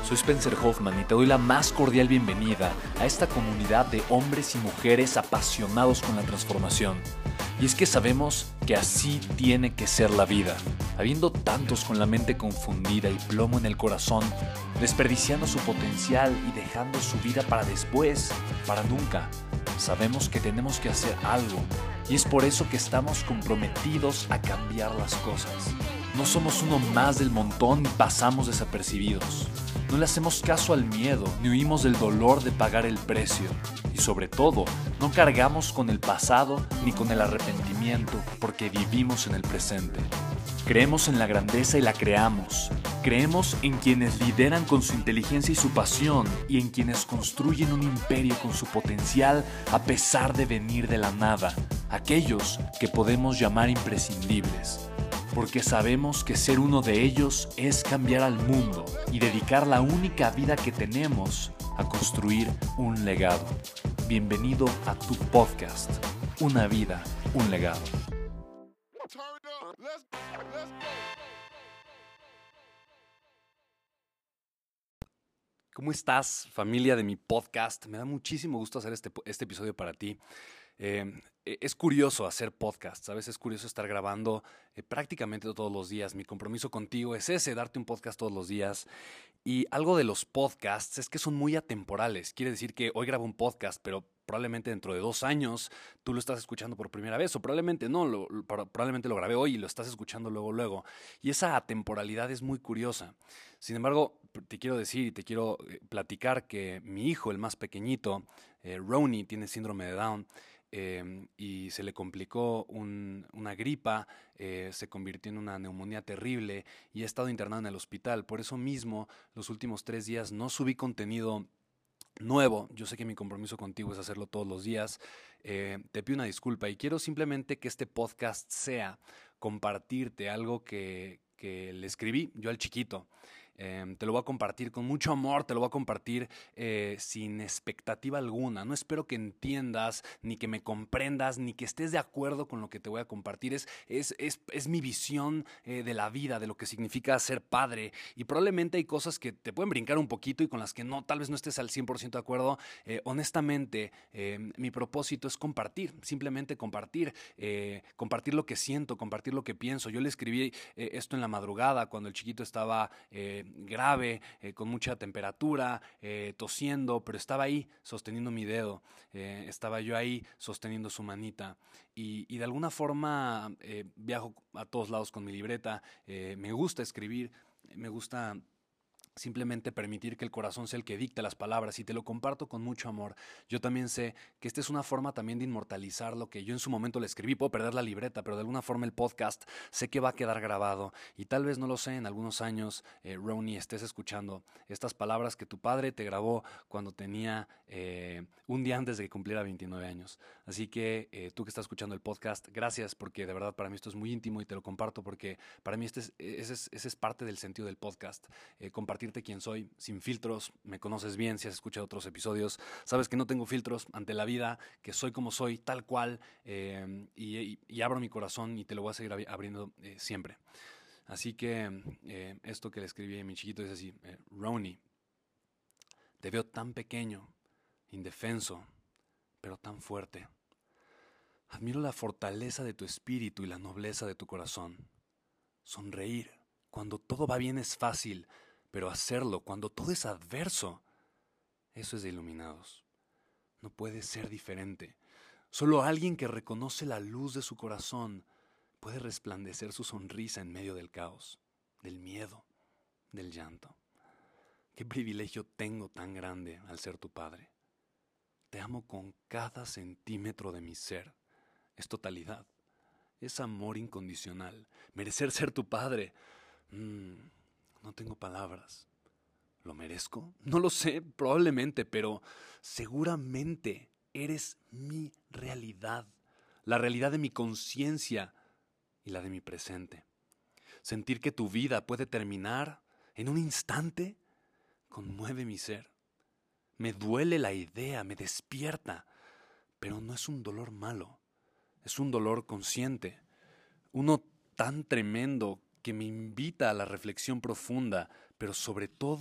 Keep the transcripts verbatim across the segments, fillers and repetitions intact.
Soy Spencer Hoffman y te doy la más cordial bienvenida a esta comunidad de hombres y mujeres apasionados con la transformación. Y es que sabemos que así tiene que ser la vida, habiendo tantos con la mente confundida y plomo en el corazón, desperdiciando su potencial y dejando su vida para después, para nunca. Sabemos que tenemos que hacer algo y es por eso que estamos comprometidos a cambiar las cosas. No somos uno más del montón y pasamos desapercibidos. No le hacemos caso al miedo ni huimos del dolor de pagar el precio. Y sobre todo, no cargamos con el pasado ni con el arrepentimiento porque vivimos en el presente. Creemos en la grandeza y la creamos. Creemos en quienes lideran con su inteligencia y su pasión y en quienes construyen un imperio con su potencial a pesar de venir de la nada. Aquellos que podemos llamar imprescindibles. Porque sabemos que ser uno de ellos es cambiar al mundo y dedicar la única vida que tenemos a construir un legado. Bienvenido a tu podcast, Una vida, un legado. ¿Cómo estás, familia de mi podcast? Me da muchísimo gusto hacer este, este episodio para ti. Eh, es curioso hacer podcast, ¿sabes? Es curioso estar grabando eh, prácticamente todos los días. Mi compromiso contigo es ese, darte un podcast todos los días. Y algo de los podcasts es que son muy atemporales. Quiere decir que hoy grabo un podcast, pero probablemente dentro de dos años tú lo estás escuchando por primera vez, o probablemente no, lo, probablemente lo grabé hoy y lo estás escuchando luego, luego. Y esa atemporalidad es muy curiosa. Sin embargo, te quiero decir y te quiero platicar que mi hijo, el más pequeñito, eh, Ronnie, tiene síndrome de Down. Eh, y se le complicó un, una gripa, eh, se convirtió en una neumonía terrible y ha estado internado en el hospital. Por eso mismo, los últimos tres días no subí contenido nuevo. Yo sé que mi compromiso contigo es hacerlo todos los días. Eh, te pido una disculpa y quiero simplemente que este podcast sea compartirte algo que, que le escribí yo al chiquito. Eh, te lo voy a compartir con mucho amor, te lo voy a compartir eh, sin expectativa alguna. No espero que entiendas, ni que me comprendas, ni que estés de acuerdo con lo que te voy a compartir. Es, es, es, es mi visión eh, de la vida, de lo que significa ser padre. Y probablemente hay cosas que te pueden brincar un poquito y con las que no, tal vez no estés al cien por ciento de acuerdo. Eh, honestamente, eh, mi propósito es compartir, simplemente compartir. Eh, compartir lo que siento, compartir lo que pienso. Yo le escribí eh, esto en la madrugada cuando el chiquito estaba Eh, grave, eh, con mucha temperatura, eh, tosiendo, pero estaba ahí sosteniendo mi dedo, eh, estaba yo ahí sosteniendo su manita y, y de alguna forma eh, viajo a todos lados con mi libreta, eh, me gusta escribir, me gusta simplemente permitir que el corazón sea el que dicte las palabras y te lo comparto con mucho amor. Yo también sé que esta es una forma también de inmortalizar lo que yo en su momento le escribí. Puedo perder la libreta, pero de alguna forma el podcast sé que va a quedar grabado y tal vez, no lo sé, en algunos años, eh, Ronnie, estés escuchando estas palabras que tu padre te grabó cuando tenía eh, un día antes de que cumpliera veintinueve años. Así que eh, tú que estás escuchando el podcast, gracias, porque de verdad para mí esto es muy íntimo y te lo comparto porque para mí este es, ese, es, ese es parte del sentido del podcast. Eh, compartir quién soy, sin filtros, me conoces bien si has escuchado otros episodios, sabes que no tengo filtros ante la vida, que soy como soy, tal cual, eh, y, y, y abro mi corazón y te lo voy a seguir ab- abriendo eh, siempre. Así que eh, esto que le escribí a mi chiquito es así, eh, Ronnie, te veo tan pequeño, indefenso, pero tan fuerte. Admiro la fortaleza de tu espíritu y la nobleza de tu corazón. Sonreír, cuando todo va bien es fácil, pero hacerlo cuando todo es adverso, eso es de iluminados. No puede ser diferente. Solo alguien que reconoce la luz de su corazón puede resplandecer su sonrisa en medio del caos, del miedo, del llanto. Qué privilegio tengo tan grande al ser tu padre. Te amo con cada centímetro de mi ser. Es totalidad. Es amor incondicional. Merecer ser tu padre. Mm, no tengo palabras. ¿Lo merezco? No lo sé, probablemente, pero seguramente eres mi realidad, la realidad de mi conciencia y la de mi presente. Sentir que tu vida puede terminar en un instante conmueve mi ser. Me duele la idea, me despierta, pero no es un dolor malo, es un dolor consciente, uno tan tremendo que me invita a la reflexión profunda, pero sobre todo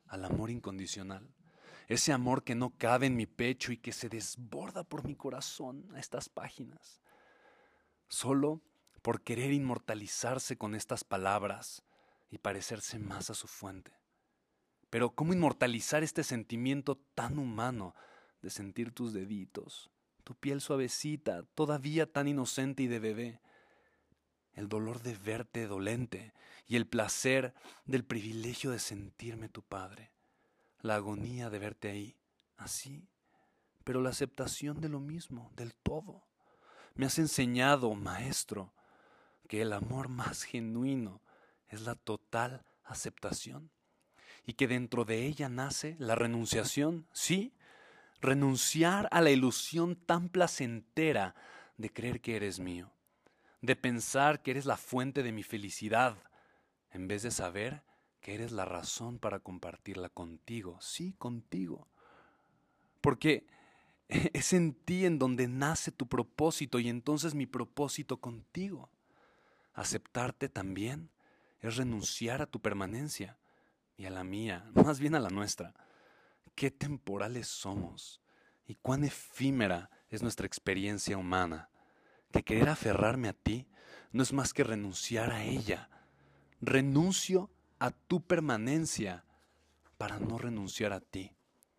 al amor incondicional. Ese amor que no cabe en mi pecho y que se desborda por mi corazón a estas páginas. Solo por querer inmortalizarse con estas palabras y parecerse más a su fuente. Pero ¿cómo inmortalizar este sentimiento tan humano de sentir tus deditos, tu piel suavecita, todavía tan inocente y de bebé? El dolor de verte dolente y el placer del privilegio de sentirme tu padre. La agonía de verte ahí, así, pero la aceptación de lo mismo, del todo. Me has enseñado, maestro, que el amor más genuino es la total aceptación y que dentro de ella nace la renunciación, sí, renunciar a la ilusión tan placentera de creer que eres mío, de pensar que eres la fuente de mi felicidad, en vez de saber que eres la razón para compartirla contigo, sí, contigo. Porque es en ti en donde nace tu propósito y entonces mi propósito contigo. Aceptarte también es renunciar a tu permanencia y a la mía, más bien a la nuestra. Qué temporales somos y cuán efímera es nuestra experiencia humana, que querer aferrarme a ti no es más que renunciar a ella. Renuncio a tu permanencia para no renunciar a ti.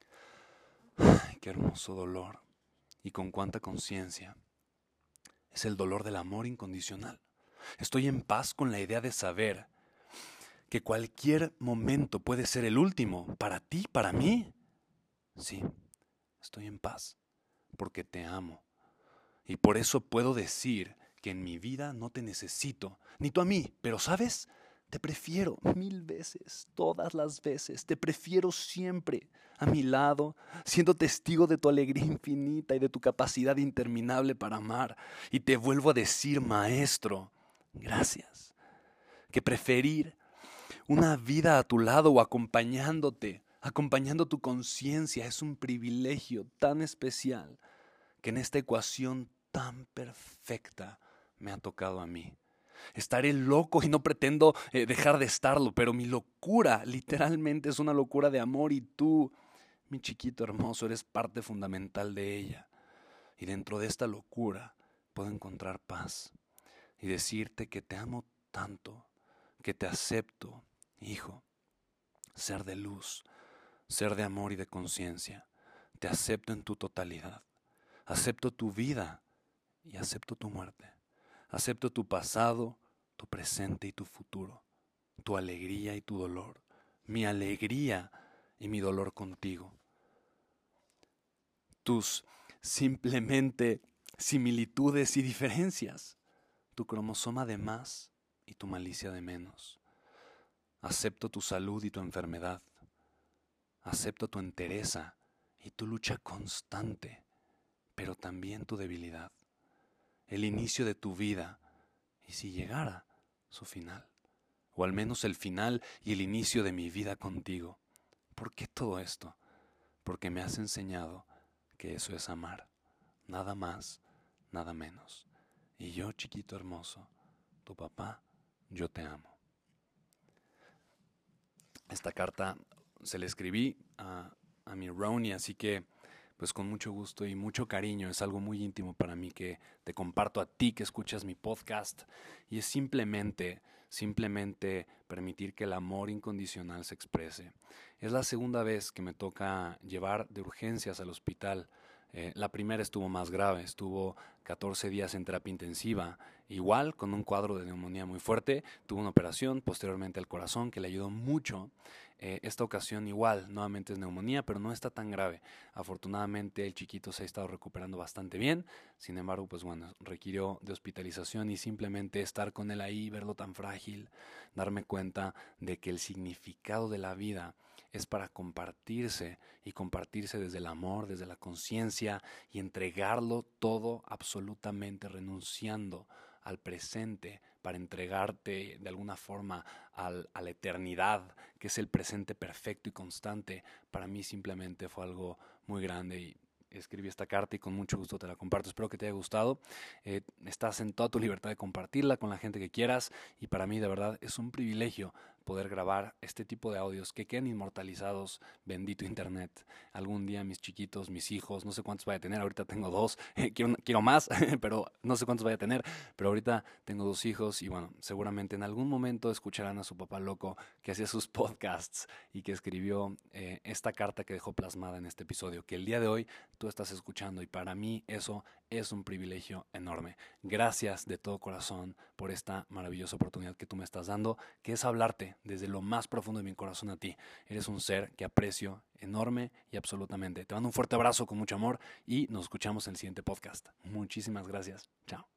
Ay, qué hermoso dolor y con cuánta conciencia. Es el dolor del amor incondicional. Estoy en paz con la idea de saber que cualquier momento puede ser el último, para ti, para mí. Sí, estoy en paz, porque te amo. Y por eso puedo decir que en mi vida no te necesito, ni tú a mí, pero ¿sabes? Te prefiero mil veces, todas las veces, te prefiero siempre a mi lado, siendo testigo de tu alegría infinita y de tu capacidad interminable para amar. Y te vuelvo a decir, maestro, gracias, que preferir una vida a tu lado o acompañándote, acompañando tu conciencia es un privilegio tan especial que en esta ecuación tan perfecta me ha tocado a mí. Estaré loco y no pretendo eh, dejar de estarlo, pero mi locura literalmente es una locura de amor y tú, mi chiquito hermoso, eres parte fundamental de ella. Y dentro de esta locura puedo encontrar paz y decirte que te amo tanto, que te acepto, hijo, ser de luz, ser de amor y de conciencia. Te acepto en tu totalidad. Acepto tu vida y acepto tu muerte. Acepto tu pasado, tu presente y tu futuro, tu alegría y tu dolor, mi alegría y mi dolor contigo. Tus simplemente similitudes y diferencias, tu cromosoma de más y tu malicia de menos. Acepto tu salud y tu enfermedad. Acepto tu entereza y tu lucha constante, pero también tu debilidad. El inicio de tu vida, y si llegara su final, o al menos el final y el inicio de mi vida contigo. ¿Por qué todo esto? Porque me has enseñado que eso es amar, nada más, nada menos. Y yo, chiquito hermoso, tu papá, yo te amo. Esta carta se la escribí a, a mi Ronnie, así que pues con mucho gusto y mucho cariño. Es algo muy íntimo para mí que te comparto a ti que escuchas mi podcast. Y es simplemente, simplemente permitir que el amor incondicional se exprese. Es la segunda vez que me toca llevar de urgencias al hospital. Eh, la primera estuvo más grave, estuvo catorce días en terapia intensiva, igual con un cuadro de neumonía muy fuerte, tuvo una operación posteriormente al corazón que le ayudó mucho. Eh, esta ocasión igual, nuevamente es neumonía, pero no está tan grave. Afortunadamente el chiquito se ha estado recuperando bastante bien, sin embargo, pues bueno, requirió de hospitalización y simplemente estar con él ahí, verlo tan frágil, darme cuenta de que el significado de la vida es para compartirse y compartirse desde el amor, desde la conciencia y entregarlo todo absolutamente renunciando al presente para entregarte de alguna forma al, a la eternidad, que es el presente perfecto y constante. Para mí simplemente fue algo muy grande y escribí esta carta y con mucho gusto te la comparto. Espero que te haya gustado. Eh, estás en toda tu libertad de compartirla con la gente que quieras y para mí de verdad es un privilegio poder grabar este tipo de audios que queden inmortalizados, bendito internet. Algún día mis chiquitos, mis hijos, no sé cuántos vaya a tener, ahorita tengo dos, quiero, quiero más, pero no sé cuántos vaya a tener, pero ahorita tengo dos hijos y bueno, seguramente en algún momento escucharán a su papá loco que hacía sus podcasts y que escribió eh, esta carta que dejó plasmada en este episodio, que el día de hoy tú estás escuchando, y para mí eso es un privilegio enorme. Gracias de todo corazón por esta maravillosa oportunidad que tú me estás dando, que es hablarte desde lo más profundo de mi corazón a ti. Eres un ser que aprecio enorme y absolutamente. Te mando un fuerte abrazo con mucho amor y nos escuchamos en el siguiente podcast. Muchísimas gracias. Chao.